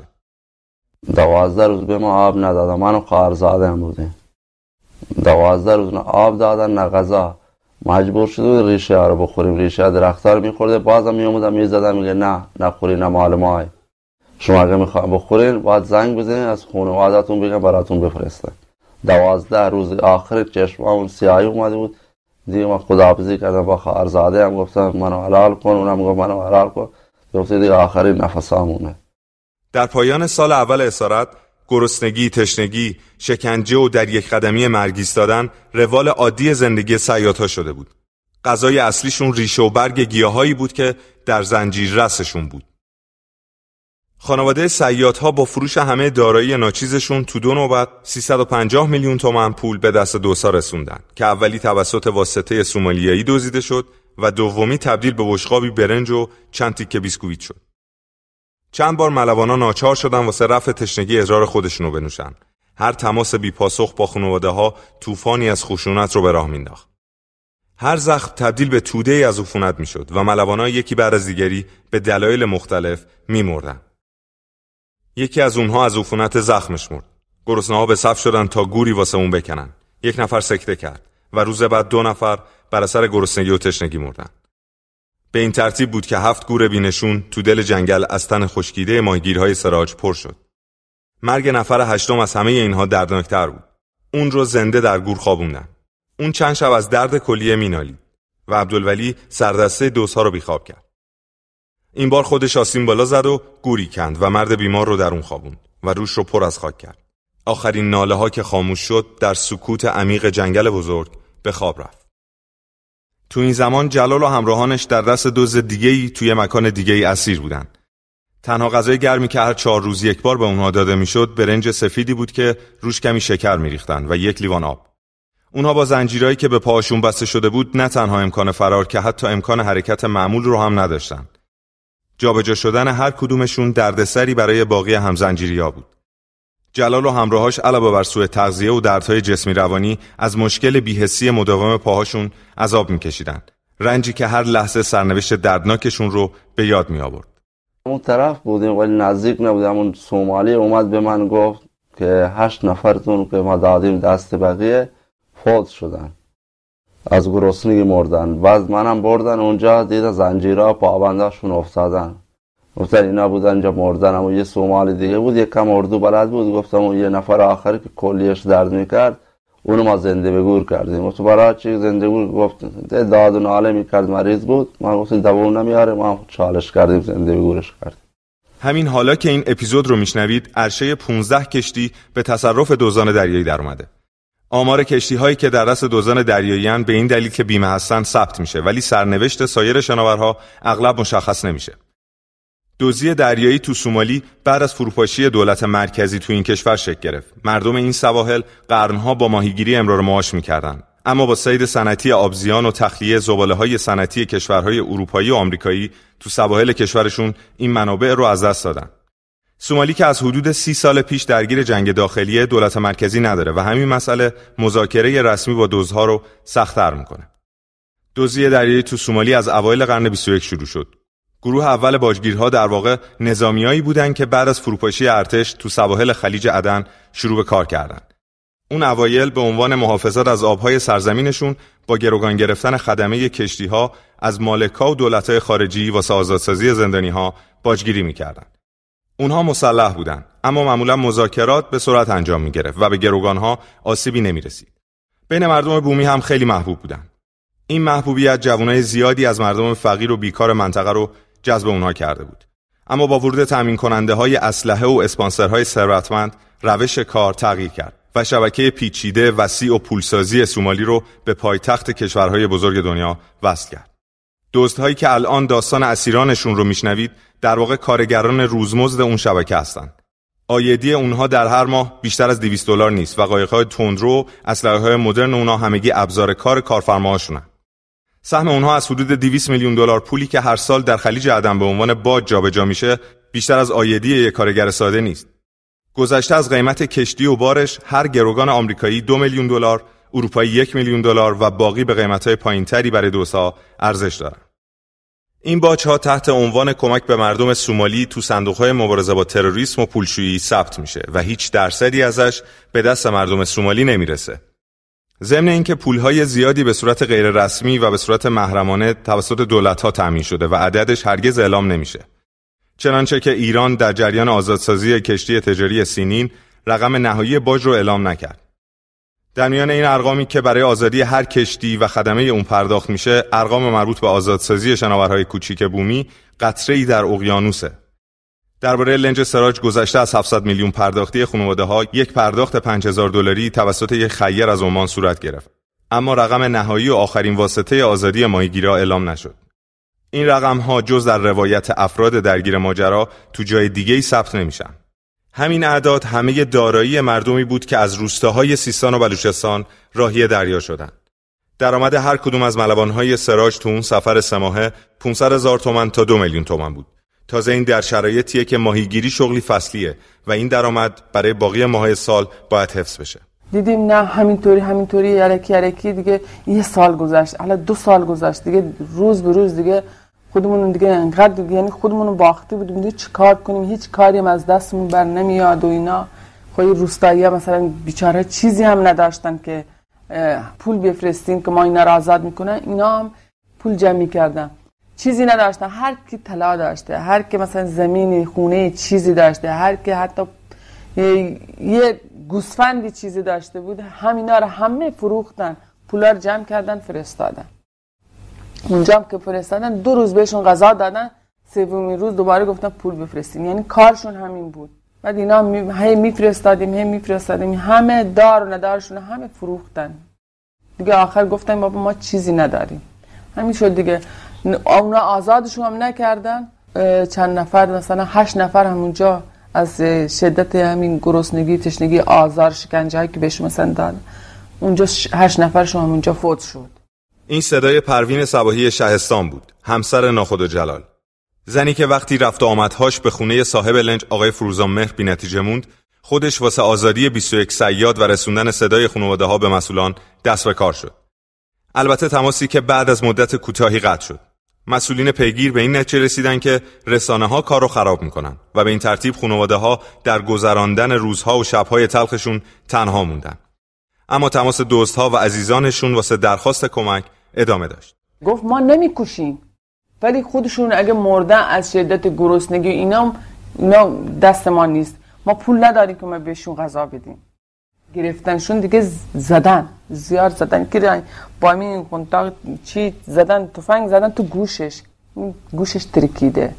12 روز به ما آب ندادن، من و خواهرزاده هم بودیم. 12 روز نه آب دادن نه غذا. مجبور شدیم ریشه ها رو بخوریم. ریشه درخت‌ها رو میخورده، بازم میومدن میزدن، میگه نه نخورین، نه مال ماه. شما اگه میخواین بخورین باید زنگ بزنین از خانواده‌تون بگن براتون بفرستن. 12 روز آخر چشمامون سیاهی اومده بود. دیگه ما خداحافظی کردم با خواهرزاده، هم گفتم منو حلال کن، اونم گفت منو حلال کن. گفتم دیگه آخرین نفسامونه. در پایان سال اول اسارت، گرسنگی، تشنگی، شکنجه و در یک قدمی مرگ ایستادن روال عادی زندگی صیادها شده بود. غذای اصلیشون ریشه و برگ گیاهایی بود که در زنجیر رسشون بود. خانواده صیادها با فروش همه دارایی ناچیزشون تو 2 نوبت 350 میلیون تومان پول به دست دزدها رسوندن که اولی توسط واسطه سومالیایی دزدیده شد و دومی تبدیل به بشقابی برنج و چند تیکه بیسکویت شد. چند بار ملوانا ناچار شدن واسه رفع تشنگی ادرار خودشونو بنوشن. هر تماس بی‌پاسخ با خانواده‌ها طوفانی از خشونت رو به راه مینداخت. هر زخم تبدیل به توده‌ای از عفونت میشد و ملوانا یکی بعد از دیگری به دلایل مختلف میمردن. یکی از اونها از عفونت زخمش مرد. گرسنه‌ها به صف شدن تا گوری واسه اون بکنن. 1 نفر سکته کرد و روز بعد 2 نفر بر اثر گرسنگی و تشنگی مردن. به این ترتیب بود که 7 گور بینشون تو دل جنگل از تن خشکیده ماهیگیرهای سراج پر شد. مرگ نفر 8م از همه اینها دردناکتر بود. اون رو زنده در گور خوابوندن. اون چند شب از درد کلیه مینالید و عبدالولی سردسته دزدها رو بیخواب کرد. این بار خودش آسین بالا زد و گوری کند و مرد بیمار رو در اون خوابوند و روش رو پر از خاک کرد. آخرین ناله ها که خاموش شد در سکوت عمیق جنگل بزرگ به خواب رفت. تو این زمان جلال و همراهانش در دست دزد دیگه‌ای توی مکان دیگه‌ای اسیر بودن. تنها غذای گرمی که هر 4 روز یک بار به اونها داده میشد برنج سفیدی بود که روش کمی شکر میریختن و 1 لیوان آب. اونها با زنجیرایی که به پاهاشون بسته شده بود نه تنها امکان فرار که حتی امکان حرکت معمول رو هم نداشتن. جابجا شدن هر کدومشون دردسری برای باقی همزنجیریا بود. جلال و همراهاش علاوه بر سوء تغذیه و دردهای جسمی روانی از مشکل بی‌حسی مداوم پاهاشون عذاب می‌کشیدن. رنجی که هر لحظه سرنوشت دردناکشون رو به یاد می‌آورد. اون طرف بودیم ولی نزدیک نبودیم. اون سومالی اومد به من گفت که 8 نفرتون که ما دادیم دست بقیه فوت شدن، از گرسنگی مردن. بعد منم بردن اونجا، دیدن زنجیرها پابنداشون افتادن. گفتن اینا بودن اینجا مردن. اما یه سومالی دیگه بود، یک کم اردو بلد بود. گفتم اون یه نفر آخری که کلیش درد میکرد اونو ما زنده به گور کردیم. گفت برای چی زنده گور؟ گفت داد و ناله میکرد، مریض بود. ما گفتیم دوام نمیاره، ما چالش کردیم زنده به گورش کردیم. همین حالا که این اپیزود رو میشنوید، عرشه 15 کشتی به تصرف دزدان دریایی در اومده. آمار کشتی‌هایی که در دست دزدان دریایی‌اند به این دلیل که بیمه هستن ثبت میشه، ولی سرنوشت سایر شناورها اغلب مشخص نمیشه. دزدی دریایی تو سومالی بعد از فروپاشی دولت مرکزی تو این کشور شکل گرفت. مردم این سواحل قرنها با ماهیگیری امرار معاش می‌کردند، اما با صید صنعتی آبزیان و تخلیه زباله‌های صنعتی کشورهای اروپایی و آمریکایی تو سواحل کشورشون این منابع رو از دست دادن. سومالی که از حدود 30 سال پیش درگیر جنگ داخلی دولت مرکزی نداره و همین مسئله مذاکره رسمی با دزدها رو سخت‌تر میکنه. دزدی دریایی تو سومالی از اوایل قرن 21 شروع شد. گروه اول باجگیرها در واقع نظامیایی بودن که بعد از فروپاشی ارتش تو سواحل خلیج عدن شروع به کار کردن. اون اوایل به عنوان محافظت از آبهای سرزمینشون با گروگان گرفتن خدمه کشتی‌ها از مالک‌ها و دولت‌های خارجی واسه آزادسازی زندانی‌ها باجگیری می‌کردن. اونها مسلح بودن، اما معمولا مذاکرات به سرعت انجام می‌گرفت و به گروگان‌ها آسیبی نمی‌رسید. بین مردم بومی هم خیلی محبوب بودن. این محبوبیت جوانای زیادی از مردم فقیر و بیکار منطقه رو جذب اونها کرده بود. اما با ورود تامین کننده‌های اسلحه و اسپانسرهای ثروتمند، روش کار تغییر کرد و شبکه پیچیده، وسیع و پولسازی سومالی رو به پایتخت کشورهای بزرگ دنیا وصل کرد. دزدهایی که الان داستان اسیرانشون رو میشنوید در واقع کارگران روزمزد اون شبکه هستن. عایدی اونها در هر ماه بیشتر از $200 نیست و قایق‌های تندرو، اسلحه‌های مدرن اونها همگی ابزار کار کارفرماهاشونن. سهم اونها از حدود $200 میلیون پولی که هر سال در خلیج عدن به عنوان باج جابجا میشه بیشتر از عایدی یک کارگر ساده نیست. گذشته از قیمت کشتی و بارش، هر گروگان آمریکایی $2 میلیون، اروپایی $1 میلیون و باقی به قیمت‌های پایینتری برای دزدها ارزش دارن. این باج‌ها تحت عنوان کمک به مردم سومالی تو صندوق‌های مبارزه با تروریسم و پولشویی ثبت میشه و هیچ درصدی ازش به دست مردم سومالی نمیرسه. ضمن اینکه پول‌های زیادی به صورت غیر رسمی و به صورت محرمانه توسط دولت‌ها تامین شده و عددش هرگز اعلام نمیشه. چنانچه که ایران در جریان آزادسازی کشتی تجاری سینین رقم نهایی باج رو اعلام نکرد. در میان این ارقامی که برای آزادی هر کشتی و خدمه اون پرداخت میشه، ارقام مربوط به آزادسازی شناورهای کوچیک بومی قطره‌ای در اقیانوسه. درباره لنج سراج گذشته از 700 میلیون پرداختی خانواده‌ها، یک پرداخت $5000 توسط یک خیر از عمان صورت گرفت. اما رقم نهایی و آخرین واسطه آزادی ماهیگیرها اعلام نشد. این رقم‌ها جز در روایت افراد درگیر ماجرا تو جای دیگه‌ای ثبت نمیشن. همین اعداد همه دارایی مردمی بود که از روستاهای سیستان و بلوچستان راهی دریا شدند. درآمد هر کدوم از ملوان‌های سراج تو اون سفر 3 ماهه 500,000 تومان تا 2 میلیون تومان بود. تازه این در شرایطیه که ماهیگیری شغلی فصلیه و این درآمد برای باقی ماه‌های سال باید حفظ بشه. دیدیم نه همینطوری یرکی دیگه 1 سال گذشت، حالا 2 سال گذشت، دیگه روز به روز دیگه خودمون دیگه انقدر یعنی خودمون باخته بودیم دیگه چیکار کنیم، هیچ کاری هم از دستمون بر نمیاد و اینا. خود روستایی‌ها مثلا بیچاره چیزی هم نداشتن که پول بفرستین که ما اینا را آزاد میکنن، اینا هم پول جمع میکردن، چیزی نداشتن. هر کی طلا داشته، هر کی مثلا زمینی خونه چیزی داشته، هر کی حتی یه گوسفندی چیزی داشته بود، همینا رو همه فروختن، پولا رو جمع کردن فرستادن. اونجا هم که فرستادن 2 روز بهشون غذا دادن، 3مین روز دوباره گفتن پول بفرستین. یعنی کارشون همین بود. بعد اینا میفرستادیم همه دار و ندارشون همه فروختن. دیگه آخر گفتن بابا ما چیزی نداریم. همین شد دیگه. اونا آزادشون هم نکردن. چند نفر مثلا 8 نفر همونجا از شدت همین گرسنگی، تشنگی، آزار، شکنجه هایی که بهشون مثلا دادن، اونجا 8 نفرشون همونجا فوت شد. این صدای پروین صباحی شهستان بود، همسر ناخودوجلال. زنی که وقتی رفت و آمدهاش به خونه صاحب لنج آقای فروزان مهر بی نتیجه موند، خودش واسه آزادی 21 صیاد و رسوندن صدای خانواده‌ها به مسئولان دست به کار شد. البته تماسی که بعد از مدت کوتاهی قطع شد. مسئولین پیگیر به این نتیجه رسیدن که رسانه‌ها کارو خراب میکنن و به این ترتیب خانواده‌ها در گذراندن روزها و شب‌های تلخشون تنها موندن. اما تماس دوستها و عزیزانشون واسه درخواست کمک ادامه داشت. گفت ما نمیکشیم، ولی خودشون اگه مردن از شدت گرسنگی اینا دست ما نیست، ما پول نداریم که ما بهشون غذا بدیم. گرفتنشون دیگه زدن، زیاد زدن که با این چی زدن، تفنگ زدن تو گوشش ترکیده.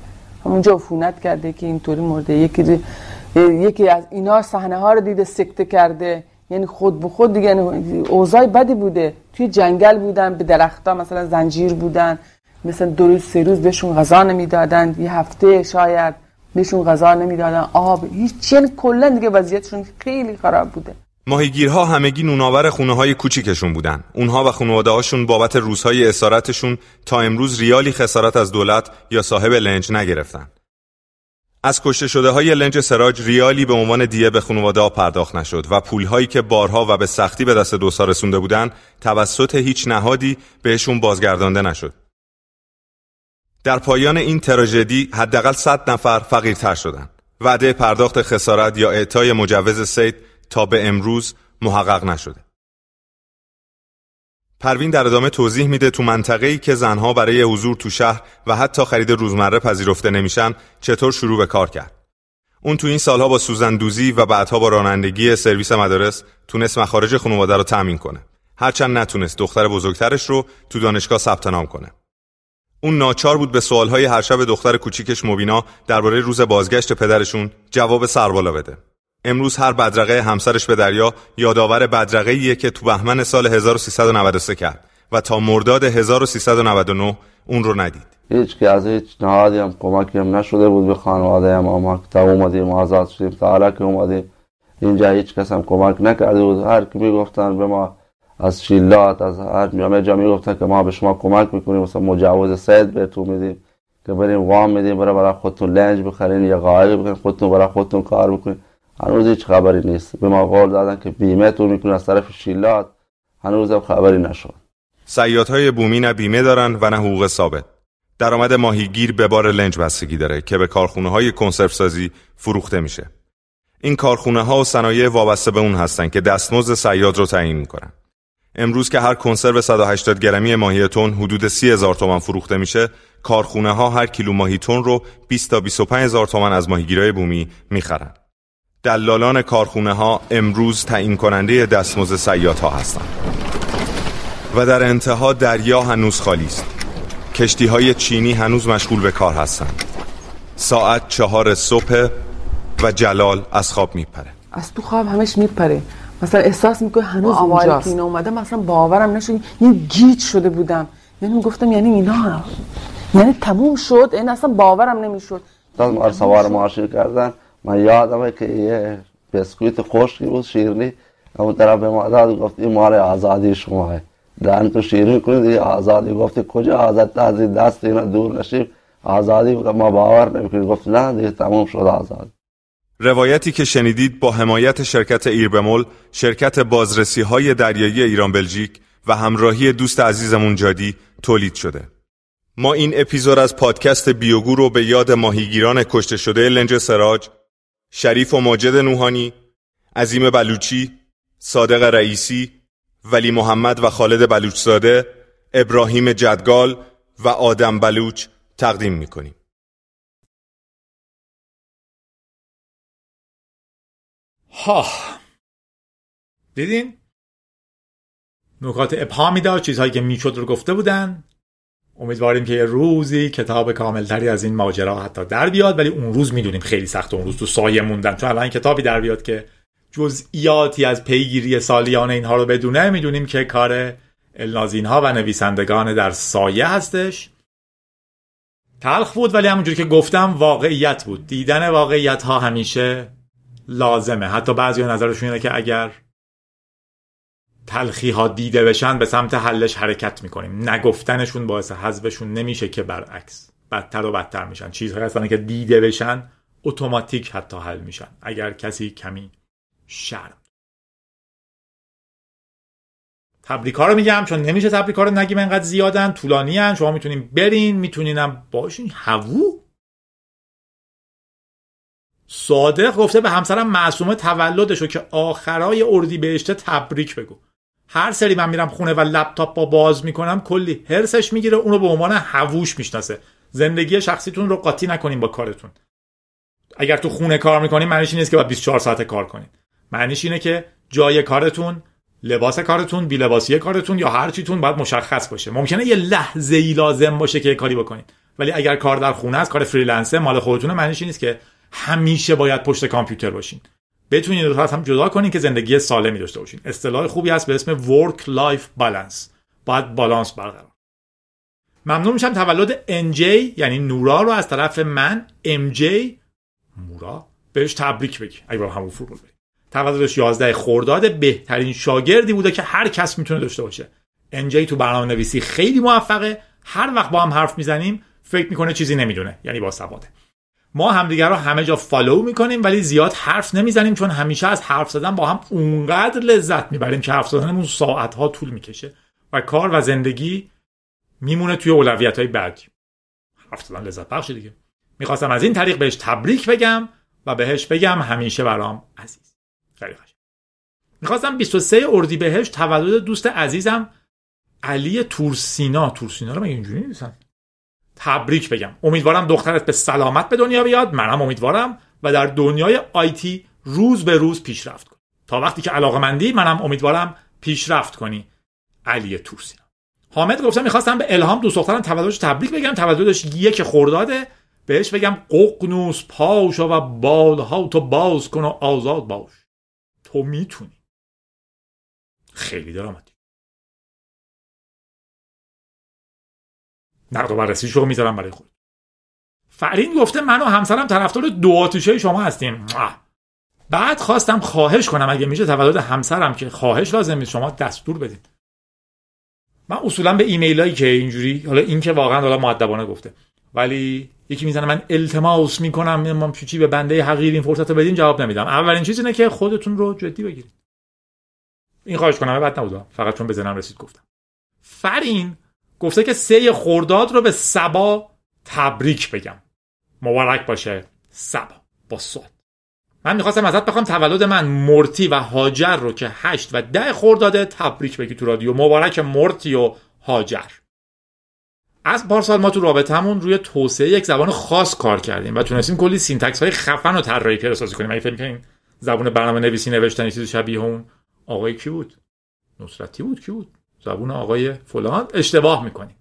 همونجا عفونت کرده که اینطوری مرده. یکی از اینا صحنه ها رو دیده سکته کرده، یعنی خود به خود دیگه اوضاع بدی بوده. توی جنگل بودن، به درخت‌ها مثلا زنجیر بودن، مثلا 2 روز 3 روز بهشون غذا نمیدادن، یه هفته شاید بهشون غذا نمیدادن، آب هیچ، یعنی کلا دیگه وضعیتشون خیلی خراب بوده. ماهیگیرها همگی نوناور خونه‌های کوچیکشون بودن. اونها و خانواده‌هاشون بابت روزهای اسارتشون تا امروز ریالی خسارت از دولت یا صاحب لنج نگرفتن. از کشته شده های لنج سراج ریالی به عنوان دیه به خانواده‌ها پرداخت نشد و پولهایی که بارها و به سختی به دست دوستا رسونده بودن توسط هیچ نهادی بهشون بازگردانده نشد. در پایان این تراژدی حداقل 100 نفر فقیرتر شدند. وعده پرداخت خسارت یا اعطای مجوز صید تا به امروز محقق نشده. پروین در ادامه توضیح میده تو منطقه‌ای که زنها برای حضور تو شهر و حتی خرید روزمره پذیرفته نمیشن چطور شروع به کار کرد. اون تو این سالها با سوزندوزی و بعدها با رانندگی سرویس مدارس تونست مخارج خانواده رو تامین کنه. هرچند نتونست دختر بزرگترش رو تو دانشگاه ثبت نام کنه. اون ناچار بود به سوالهای هر شب دختر کوچیکش مبینا درباره روز بازگشت پدرشون جواب سربالا بده. امروز هر بدرقه همسرش به دریا یادآور بدرقه‌ایه که تو بهمن سال 1393 کرد و تا مرداد 1399 اون رو ندید. هیچ که از هیچ نهادی هم کمکی هم نشده بود به خانواده ما تا اومدیم آزاد شدیم. تا حالا که اومدیم اینجا هیچ کس هم کمک نکرده بود. هر کی میگفتن به ما از شیلات از هر جا میگفتن که ما به شما کمک میکنیم، مثلا مجوز صید بهتون میدیم که بریم وام میدیم برای خودتون لنج بخرین یا قایق بخرین خودتون برای خودتون کار بکنین. هنوز هیچ خبری نیست. به ما قول دادن که بیمه تو میکنن از طرف شیلات، هنوز هم خبری نشد. صیادهای بومی نه بیمه دارن و نه حقوق ثابت. درآمد ماهیگیر به بار لنج بستگی داره که به کارخونه‌های کنسرو سازی فروخته میشه. این کارخونه‌ها و صنایع وابسته به اون هستن که دستمزد صیاد رو تعیین میکنن. امروز که هر کنسرو 180 گرمی ماهی تن حدود 30,000 تومان فروخته میشه، کارخونه‌ها هر کیلو ماهی تن رو 20 تا 25,000 تومان از ماهیگیرای بومی میخرن. دلالان کارخونه‌ها امروز تعیین کننده دستمزد صیادها هستند. و در انتها دریا هنوز خالی است. کشتی‌های چینی هنوز مشغول به کار هستند. ساعت 4 صبح و جلال از خواب میپره. از تو خواب همش میپره. مثلا احساس میکنه هنوز اونجاست. که اینا اومده مثلا باورم نشد، یه گیج شده بودم. یعنی میگفتم یعنی اینا یعنی تموم شد، این اصلا باورم نمیشد. ما سوار ماشین کردن، من یادمه که یه بسکویت خشکی بود شیرینی، اون طرف به ما داد گفت این مال آزادی شماه، دهن تو شیرینی کنید دیگه آزادی. گفت کجا آزاد، از دست اینا دور نشیم آزادی. ما باور نمیکنیم. گفت نه دیگه تموم شد آزادی. روایتی که شنیدید با حمایت شرکت ایربمول، شرکت بازرسی‌های دریایی ایران بلژیک و همراهی دوست عزیزمون جادی تولید شده. ما این اپیزود از پادکست بیوگو رو به یاد ماهیگیران کشته شده لنج سراج، شریف و ماجد نوحانی، عظیم بلوچی، صادق رئیسی، ولی محمد و خالد بلوچزاده، ابراهیم جدگال و آدم بلوچ تقدیم می‌کنیم. دیدین؟ نکات ابهامی داشت، چیزهایی که میشد رو گفته بودن. امیدواریم که یه روزی کتاب کاملتری از این ماجرا حتی در بیاد، ولی اون روز میدونیم خیلی سخت اون روز تو سایه موندن، چون الان کتابی در بیاد که جزئیاتی از پیگیری سالیان اینها رو بدونه، میدونیم که کار النازین ها و نویسندگان در سایه هستش. تلخ بود ولی همونجوری که گفتم واقعیت بود. دیدن واقعیت ها همیشه لازمه. حتی بعضیا نظرشون اینه که اگر تلخی ها دیده بشن به سمت حلش حرکت میکنیم، نگفتنشون باعث حذفشون نمیشه که برعکس بدتر و بدتر میشن. چیزهایی هستن که دیده بشن اتوماتیک حتی حل میشن اگر کسی کمی شرم. تبریکا رو میگم چون نمیشه تبریکا رو نگیم، انقدر زیادن، طولانی ان. شما میتونین برین، میتونینم باشین. هوو صادق گفته به همسرم معصومه تولدشو که آخرای اردیبهشت تبریک بگو. هر سری من میرم خونه و لپتاپ با باز میکنم کلی هرسش میگیره، اونو به عنوان هووش میشناسه. زندگی شخصیتون رو قاطی نکنین با کارتون. اگر تو خونه کار میکنین معنیش این نیست که باید 24 ساعت کار کنین. معنیش اینه که جای کارتون، لباس کارتون، بی لباسی کارتون یا هر چیتون باید مشخص باشه. ممکنه یه لحظه‌ای لازم باشه که یه کاری بکنین، ولی اگر کار در خونه است، کار فریلنسر مال خودتونه، معنیش نیست که همیشه باید پشت کامپیوتر باشین. بتونین دو تا از هم جدا کنین که زندگی سالمی داشته باشین. اصطلاح خوبی هست به اسم work life balance. باید بالانس برقرار. ممنون میشم تولد NJ یعنی نورا رو از طرف من MJ مورا بهش تبریک بگی. اگه با همون فرمول بریم. تولدش 11 خرداد، بهترین شاگردی بوده که هر کس میتونه داشته باشه. NJ تو برنامه نویسی خیلی موفقه. هر وقت با هم حرف میزنیم فکر میکنه چیزی نمیدونه، یعنی با سواده. ما همدیگه رو همه جا فالو میکنیم ولی زیاد حرف نمیزنیم، چون همیشه از حرف زدن با هم اونقدر لذت میبریم که حرف زدنمون ساعتها طول میکشه و کار و زندگی میمونه توی اولویت‌های بعدی. حرف زدن لذت بخشه دیگه. میخواستم از این طریق بهش تبریک بگم و بهش بگم همیشه برام عزیز. خیلی خوش. میخواستم 23 اردیبهشت تولد دوست عزیزم علی تورسینا رو مگه اینجوری نیستن؟ تبریک بگم. امیدوارم دخترت به سلامت به دنیا بیاد، منم امیدوارم، و در دنیای آیتی روز به روز پیشرفت کنی. تا وقتی که علاقه‌مندی منم امیدوارم پیشرفت کنی. علی تورسینا. حامد گفتم میخواستم به الهام دوست دخترم تولدش تبریک بگم. تولدش 1 خرداده. بهش بگم ققنوس پاشو و بالها تو باز کن و آزاد باش. تو میتونی. خیلی دراماتیک. نقد و بررسیشو میذارم برای خود. فرین گفته من و همسرم طرفدار 2 آتیشه شما هستیم. بعد خواستم خواهش کنم اگه میشه تولد همسرم که خواهش لازم نیست شما دستور بدید. من اصولا به ایمیلایی که اینجوری، حالا این که واقعا حالا مؤدبانه گفته، ولی یکی میزنه من التماس میکنم امام چی به بنده حقیر این فرصت رو بدین، جواب نمیدم. اولین چیز اینه که خودتون رو جدی بگیرید. این خواهش کنم بعد نبود، فقط چون به ذهنم رسید گفتم. فرین گفته که 3 خرداد رو به صبا تبریک بگم. مبارک باشه صبا با صاد. من میخواستم ازت بخوام تولد من مرتی و هاجر رو که 8 و 10 خرداد تبریک بگی تو رادیو. مبارک مرتی و هاجر. از پارسال ما تو رابطمون روی توسعه یک زبان خاص کار کردیم و تونستیم کلی سینتکس های خفن و طراحی پیاده کنیم. اگه فکر می‌کنین زبان برنامه نویسی نوشتن چیز شبیه اون آقای کی بود؟ نصرتی بود. کی بود؟ زبان آقای فلان. اشتباه میکنیم.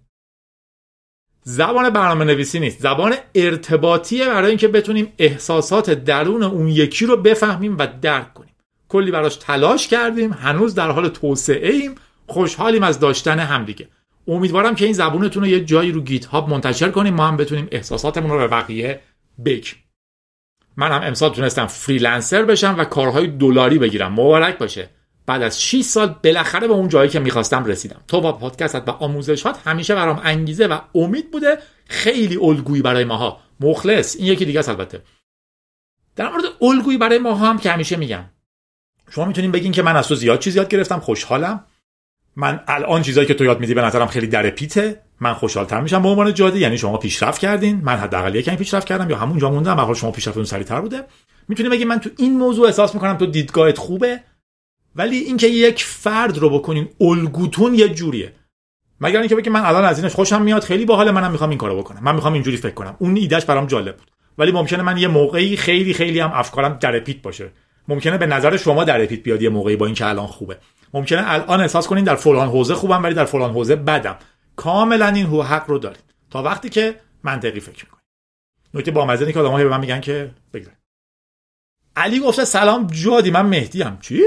زبان برنامه نویسی نیست، زبان ارتباطیه برای اینکه بتونیم احساسات درون اون یکی رو بفهمیم و درک کنیم. کلی براش تلاش کردیم، هنوز در حال توسعه ایم، خوشحالیم از داشتن همدیگه. امیدوارم که این زبونتون رو یه جایی رو گیت هاب منتشر کنیم، ما هم بتونیم احساساتمون رو به بقیه بگیم. من هم امسال تونستم فریلنسر بشم و کارهای دلاری بگیرم. مبارک باشه. بعد از 6 سال بالاخره به اون جایی که می‌خواستم رسیدم. تو با پادکستت و آموزشات همیشه برام انگیزه و امید بوده. خیلی الگویی برای ماها. مخلص. این یکی دیگه است البته. در مورد الگویی برای ماها هم که همیشه میگم. شما میتونین بگین که من از تو زیاد چیز یاد گرفتم، خوشحالم. من الان چیزایی که تو یاد میدی به نظرم خیلی در پیته. من خوشحال‌تر میشم به عنوان جادی، یعنی شما پیشرفت کردین، من حداقل یکم پیشرفت کردم یا همونجا موندم، حالا شما پیشرفتتون سریع‌تر بوده. میتونی بگی من تو این موضوع احساس میکنم تو دیدگاهت خوبه. ولی اینکه یک فرد رو بکنین الگوتون یه جوریه. مگر اینکه بگی من الان از اینش خوشم میاد، خیلی باحاله، منم میخوام این کارو بکنم، من میخوام اینجوری فکر کنم. اون ایدهش برام جالب بود. ولی ممکنه من یه موقعی خیلی هم افکارم در پیت باشه. ممکنه به نظر شما در پیت بیاد یه موقعی با این که الان خوبه. ممکنه الان احساس کنین در فلان حوزه خوبم ولی در فلان حوزه بدم. کاملا این حق رو دارید. تا وقتی که منطقی فکر میکنید. نکته بامزه اینه که آدم‌ها به من میگن که بگذارید. علی گفته سلام جادی، من مهدی ام. چی؟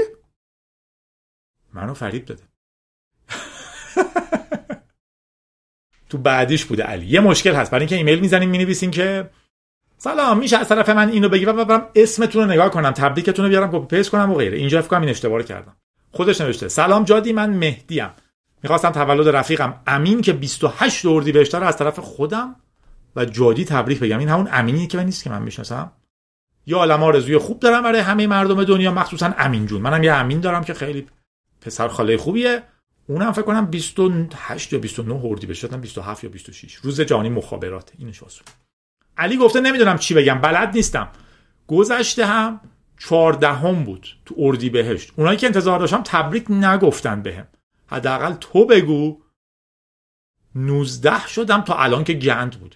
منو فریب داده. تو بعدیش بوده علی. یه مشکل هست، برای اینکه ایمیل میزنین مینویسین که سلام میشه از طرف من اینو بگی و برم اسمتون رو نگاه کنم، تبریکتون رو بیارم کپی پیست کنم و غیره. اینجا فکر کنم این اشتباه رو کردم. خودش نوشته سلام جادی، من مهدی ام. میخواستم تولد رفیقم امین که 28 اردیبهشت رو از طرف خودم و جادی تبریک بگم. این همون امینیه که من نیست که من میشناسم. یا عالمه آرزوی خوب دارم برای همه مردم دنیا، مخصوصا امین جون. منم یه امین دارم که خیلی پسر خاله خوبیه. اونم فکر کنم 28 یا 29 اردیبهشت، 27 یا 26 روز جهانی مخابرات. اینش واسه علی گفته نمیدونم چی بگم، بلد نیستم. گذشته هم 14 بود تو اردیبهشت. اونایی که انتظار داشتم تبریک نگفتن بهم. حداقل تو بگو. 19 شدم تا الان که گند بوده.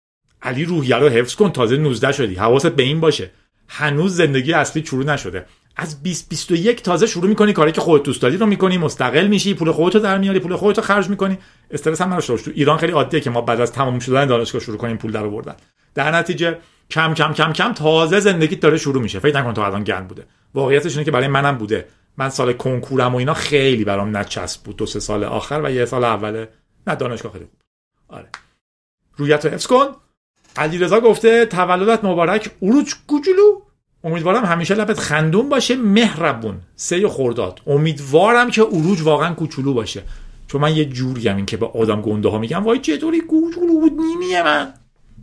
علی روحیه رو حفظ کن، تازه 19 شدی. حواست به این باشه. هنوز زندگی اصلی شروع نشده. از 20-21 تازه شروع میکنی کاری که خودت دوست داری رو میکنی، مستقل میشی، پول خودت رو در میاری، پول خودت رو خرج میکنی، استرس هم نداشته باش. تو ایران خیلی عادیه که ما بعد از تمام شدن دانشگاه شروع کنیم پول در آوردن. در نتیجه کم کم کم کم تازه زندگیت داره شروع میشه. فکر نکن تا الان گند بوده. واقعیتش اینه که برای منم بوده. من سال کنکورم و اینا خیلی برام نچسب بود، 2-3 سال آخر و 1 سال اول نه دانشگاه خیلی خوب. آره. رویت رو حفظ کن. علیرضا گفته تولدت مبارک اوروج کوچولو. امیدوارم همیشه لبت خندون باشه، مهربون. 3 خرداد. امیدوارم که اوروج واقعا کوچولو باشه. چون من یه جوریم این که به آدم گنده ها میگم وای چطوری کوچولو بود نیمیه من.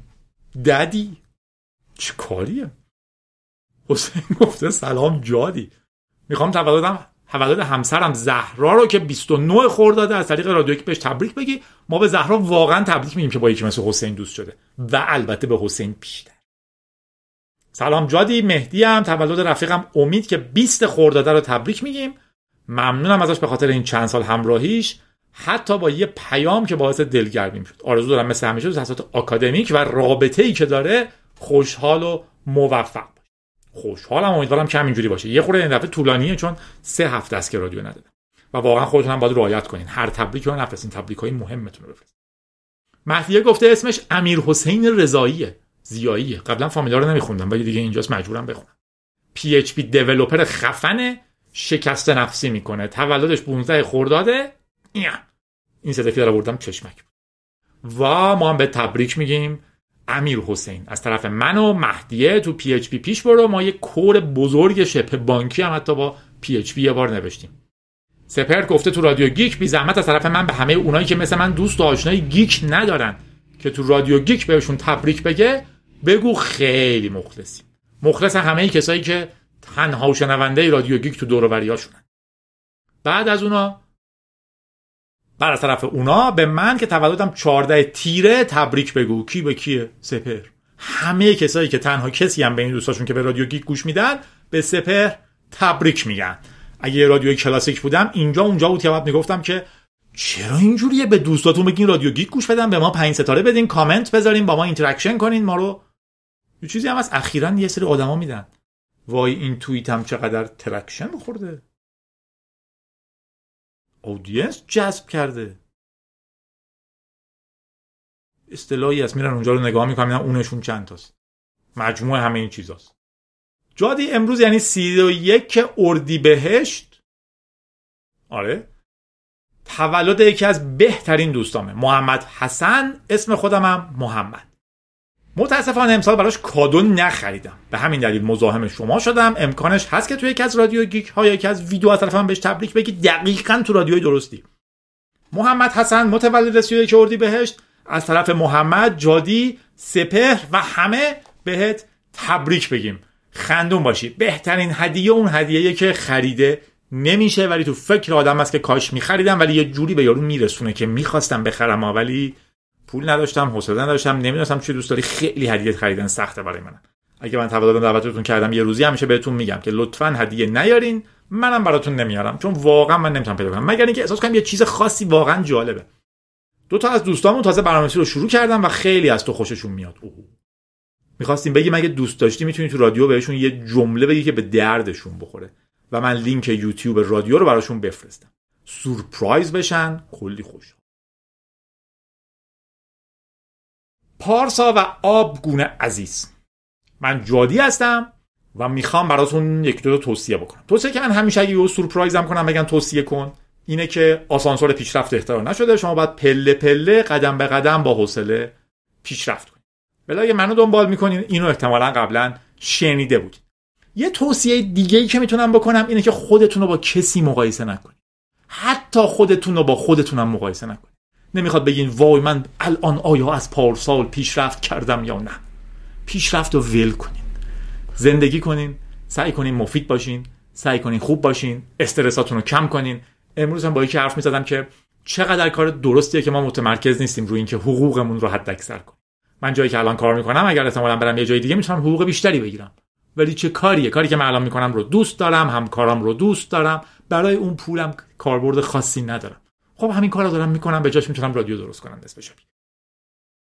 ددی چه کاریه؟ حسین گفته سلام جادی. میخوام تولد همسرم زهرا رو که 29 خرداد از طریق رادیو یک بهش تبریک بگی. ما به زهرا واقعا تبریک میگیم که با یکی مثل حسین دوست شده و البته به حسین بیشتر. سلام جادی. مهدی هم تولد رفیقم امید که 20 خرداد رو تبریک میگیم. ممنونم ازش به خاطر این چند سال همراهیش، حتی با یه پیام که باعث دلگرمیم شد. آرزو دارم مثل همیشه تو تحصیلات آکادمیک و رابطه‌ای که داره خوشحال و موفق باشه. خوشحالم، امیدوارم که همینجوری باشه. یه خورده این دفعه طولانیه چون 3 هفته است که رادیو ندادم و واقعا خودتون هم باید رعایت کنین. هر تبریکی رو نفرستین، تبریکای مهمتون رو بفرستین. مهدیه گفته اسمش امیر حسین رضاییه، زیاییه. قبلا فامیلا رو نمیخوندم ولی دیگه اینجاست مجبورم بخونم. پی اچ پی دیولپر خفنه، شکست نفسی میکنه. تولدش 15 خرداده. این صدقی داره بردم چشمک. و ما هم به تبریک میگیم امیر حسین از طرف من و مهدیه. تو پی اچ پی پیش برو. ما یه کور بزرگ شبه بانکی هم حتی با پی اچ پی یه بار نوشتیم. سپر گفته تو رادیو گیک بی زحمت از طرف من به همه اونایی که مثل من دوست و آشنای گیک ندارن که تو رادیو گیک بهشون تبریک بگه بگو خیلی مخلصی. مخلص همه کسایی که تنها شنونده رادیو گیک تو دور و بریاشونن. بعد از طرف اونا به من که تولدم 14 تیره تبریک بگو. کی به کیه؟ سپر. همه کسایی که تنها کسی هم به این دوستاشون که به رادیو گیک گوش میدن به سپر تبریک میگن. اگه رادیوی کلاسیک بودم اینجا اونجا بود که بعد میگفتم که چرا اینجوریه، به دوستاتون بگین رادیو گیک گوش بدن، به ما 5 ستاره بدین، کامنت بذارین، با ما اینتراکشن کنین ما رو. یه چیزی هم از اخیراً یه سری آدما میدن. وای این توییتم چقدر ترکشن خورده، اودینس جذب کرده. اصطلاحی هست میرن اونجا رو نگاه میکنن اونشون چند تاست. مجموع همه این چیزاست. جادی امروز یعنی 31 اردیبهشت. آره تولد یکی از بهترین دوستامه، محمد حسن. اسم خودمم محمد. متاسفانه امسال براش کادو نخریدم، به همین دلیل مزاحم شما شدم. امکانش هست که توی یکی از رادیو گیک ها یکی از ویدیو از طرف من بهش تبریک بگی، دقیقاً تو رادیوی درستی. محمد حسن متولد 31 اردیبهشت. از طرف محمد، جادی، سپهر و همه بهت تبریک بگیم. خندون باشی. بهترین هدیه اون هدیه‌ایه که خریده نمیشه ولی تو فکر آدم است که کاش می‌خریدم، ولی یه جوری به یارو میرسونه که می‌خواستم بخرم ولی پول نداشتم، حوصله نداشتم، نمی‌دونستم چی دوست داری. خیلی هدیه خریدن سخته برای من. اگه من تولدم دعوتتون کردم یه روزی همیشه بهتون میگم که لطفاً هدیه نیارین، منم براتون نمیارم چون واقعا من نمیتونم پیدا کنم مگر اینکه احساس کنم یه چیز خاصی واقعا جالبه. 2 تا از دوستامون تازه برنامه‌نویسی رو شروع کردن و خیلی از تو خوششون میاد. می‌خواستیم بگیم اگه دوست داشتی میتونی تو رادیو بهشون یه جمله بگی که به دردشون بخوره و من لینک یوتیوب رادیو رو براشون بفرستم. سورپرایز بشن، کلی خوش. پارسا و آبگونه عزیز، من جادی هستم و میخوام براتون 1-2 تا توصیه بکنم. توصیه که من همیشه اگه یه سورپرایزم کنم بگم توصیه کن اینه که آسانسور پیشرفت اختراع نشده، شما باید پله پله قدم به قدم با حوصله پیشرفت کنید. ولی اگه منو دنبال میکنین اینو احتمالاً قبلا شنیده بود. یه توصیه دیگه‌ای که میتونم بکنم اینه که خودتون رو با کسی مقایسه نکنید. حتی خودتون رو با خودتونم مقایسه نکنید. نمیخواد بگین وای من الان آیا از پارسال پیشرفت کردم یا نه. پیشرفت رو ول کنین. زندگی کنین، سعی کنین مفید باشین، سعی کنین خوب باشین، استرساتون رو کم کنین. امروز هم با یکی حرف می‌زدم که چقدر کار درستیه که ما متمرکز نیستیم روی اینکه حقوقمون رو حداکثر کنیم. من جایی که الان کار میکنم اگر احتمالاً برم یه جای دیگه میتونم حقوق بیشتری بگیرم، ولی چه کاریه؟ کاری که من الان میکنم رو دوست دارم، همکارام رو دوست دارم، برای اون پولم کاربرد خاصی ندارم. خب همین کارو دارم میکنم، به جاش میتونم رادیو درست کنم. دست بشه.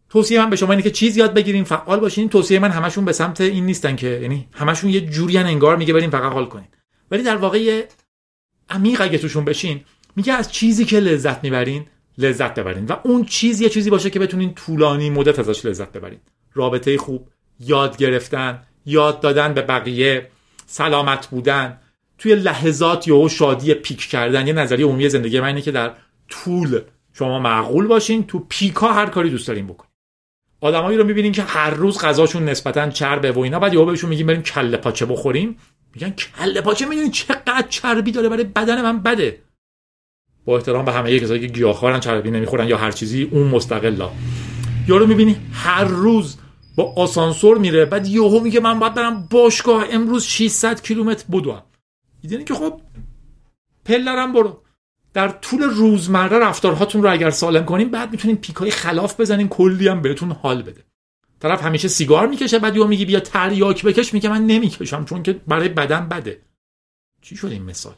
توصیه من به شما اینه که چیز یاد بگیرین، فعال باشین. توصیه من همشون به سمت این نیستن که یعنی همشون یه جوریان انگار میگه بریم فقط حال کنین، ولی در واقع عمیق اگه توشون بشین میگه از چیزی که لذت میبرین لذت ببرین و اون چیز یه چیزی باشه که بتونین طولانی مدت ازش لذت ببرین. رابطه خوب، یاد گرفتن، یاد دادن به بقیه، سلامت بودن، توی لحظات یا شادی پیک کردن. یه نظریه عمومی زندگی من اینه که در طول شما معقول باشین، تو پیکا هر کاری دوست دارین بکنین. آدمایی رو میبینین که هر روز غذاشون نسبتاً چربه و اینا، بعد یهو بهشون میگیم بریم کله پاچه بخوریم، میگن کله پاچه میدونین چقدر چربی داره، برای بدن من بده. با احترام به همه کسایی که گیاهخوارن چربی نمیخورن یا هر چیزی، اون مستقلا. یارو میبینی هر روز با آسانسور میره، بعد یهو میگه من باید برم باشگاه، امروز 600 کیلومتر بدوم. میدونی که خب پلرم برو. در طول روزمره رفتارهاتون رو اگر سالم کنین، بعد میتونین پیکای خلاف بزنین، کلی هم بهتون حال بده. طرف همیشه سیگار میکشه، بعد یهو میگی بیا تریاک بکش، میگه من نمیکشم چون که برای بدن بده. چی شد این مثال؟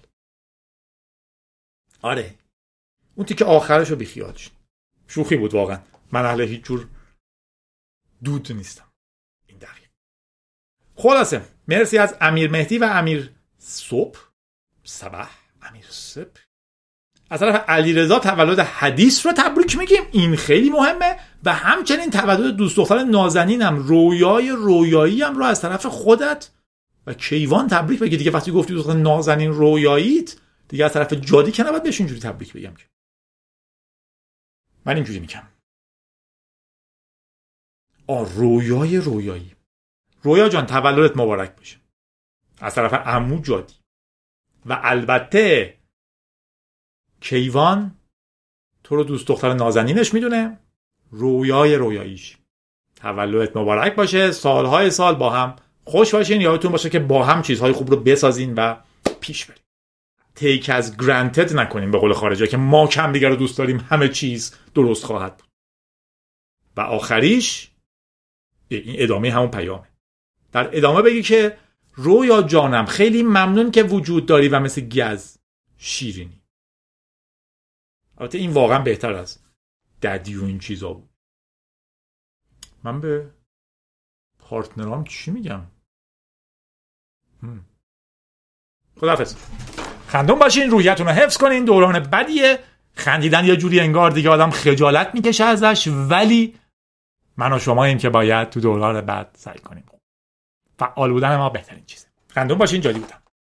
آره اون تیکه آخرشو بیخیال شد. شوخی بود واقعا، من اهل هیچ جور دود نیستم این دقیق. خلاصه مرسی از امیر مهدی و امیر صبح امیر صبح. از طرف علیرضا تولد حدیث رو تبریک میگیم، این خیلی مهمه. و همچنین تولد دوست دختر نازنینم رویایی هم رو از طرف خودت و کیوان تبریک بگی دیگه. وقتی گفتی دوست دختر نازنین رویاییت دیگه از طرف جادی که نباید بهش اینجوری تبریک بگم که من اینجوری میگم. رویایی رویا جان تولدت مبارک باشه از طرف عمو جادی و البته کیوان تو رو دوست دختر نازنینش میدونه. رویاییش تولدت مبارک باشه، سالهای سال با هم خوش باشین، یادتون باشه که با هم چیزهای خوب رو بسازین و پیش برین. تیک از گرانتد نکنین، به قول خارجی که ما کم دیگر رو دوست داریم همه چیز درست خواهد بود. و آخریش این ادامه همون پیامه. در ادامه بگی که رویا جانم خیلی ممنون که وجود داری و مثل گز شیرینی. البته این واقعا بهتر از ددی و این چیزا بود. من به پارتنرام چی میگم؟ خداحافظ. خندون باشین، رویتون رو حفظ کنین. دوران بدیه، خندیدن یه جوری انگار دیگه آدم خجالت میکشه ازش، ولی من و شماییم که باید تو دوران بد سعی کنیم. فعال بودن ما بهترین چیزه. خندون باشین، جادی بودم.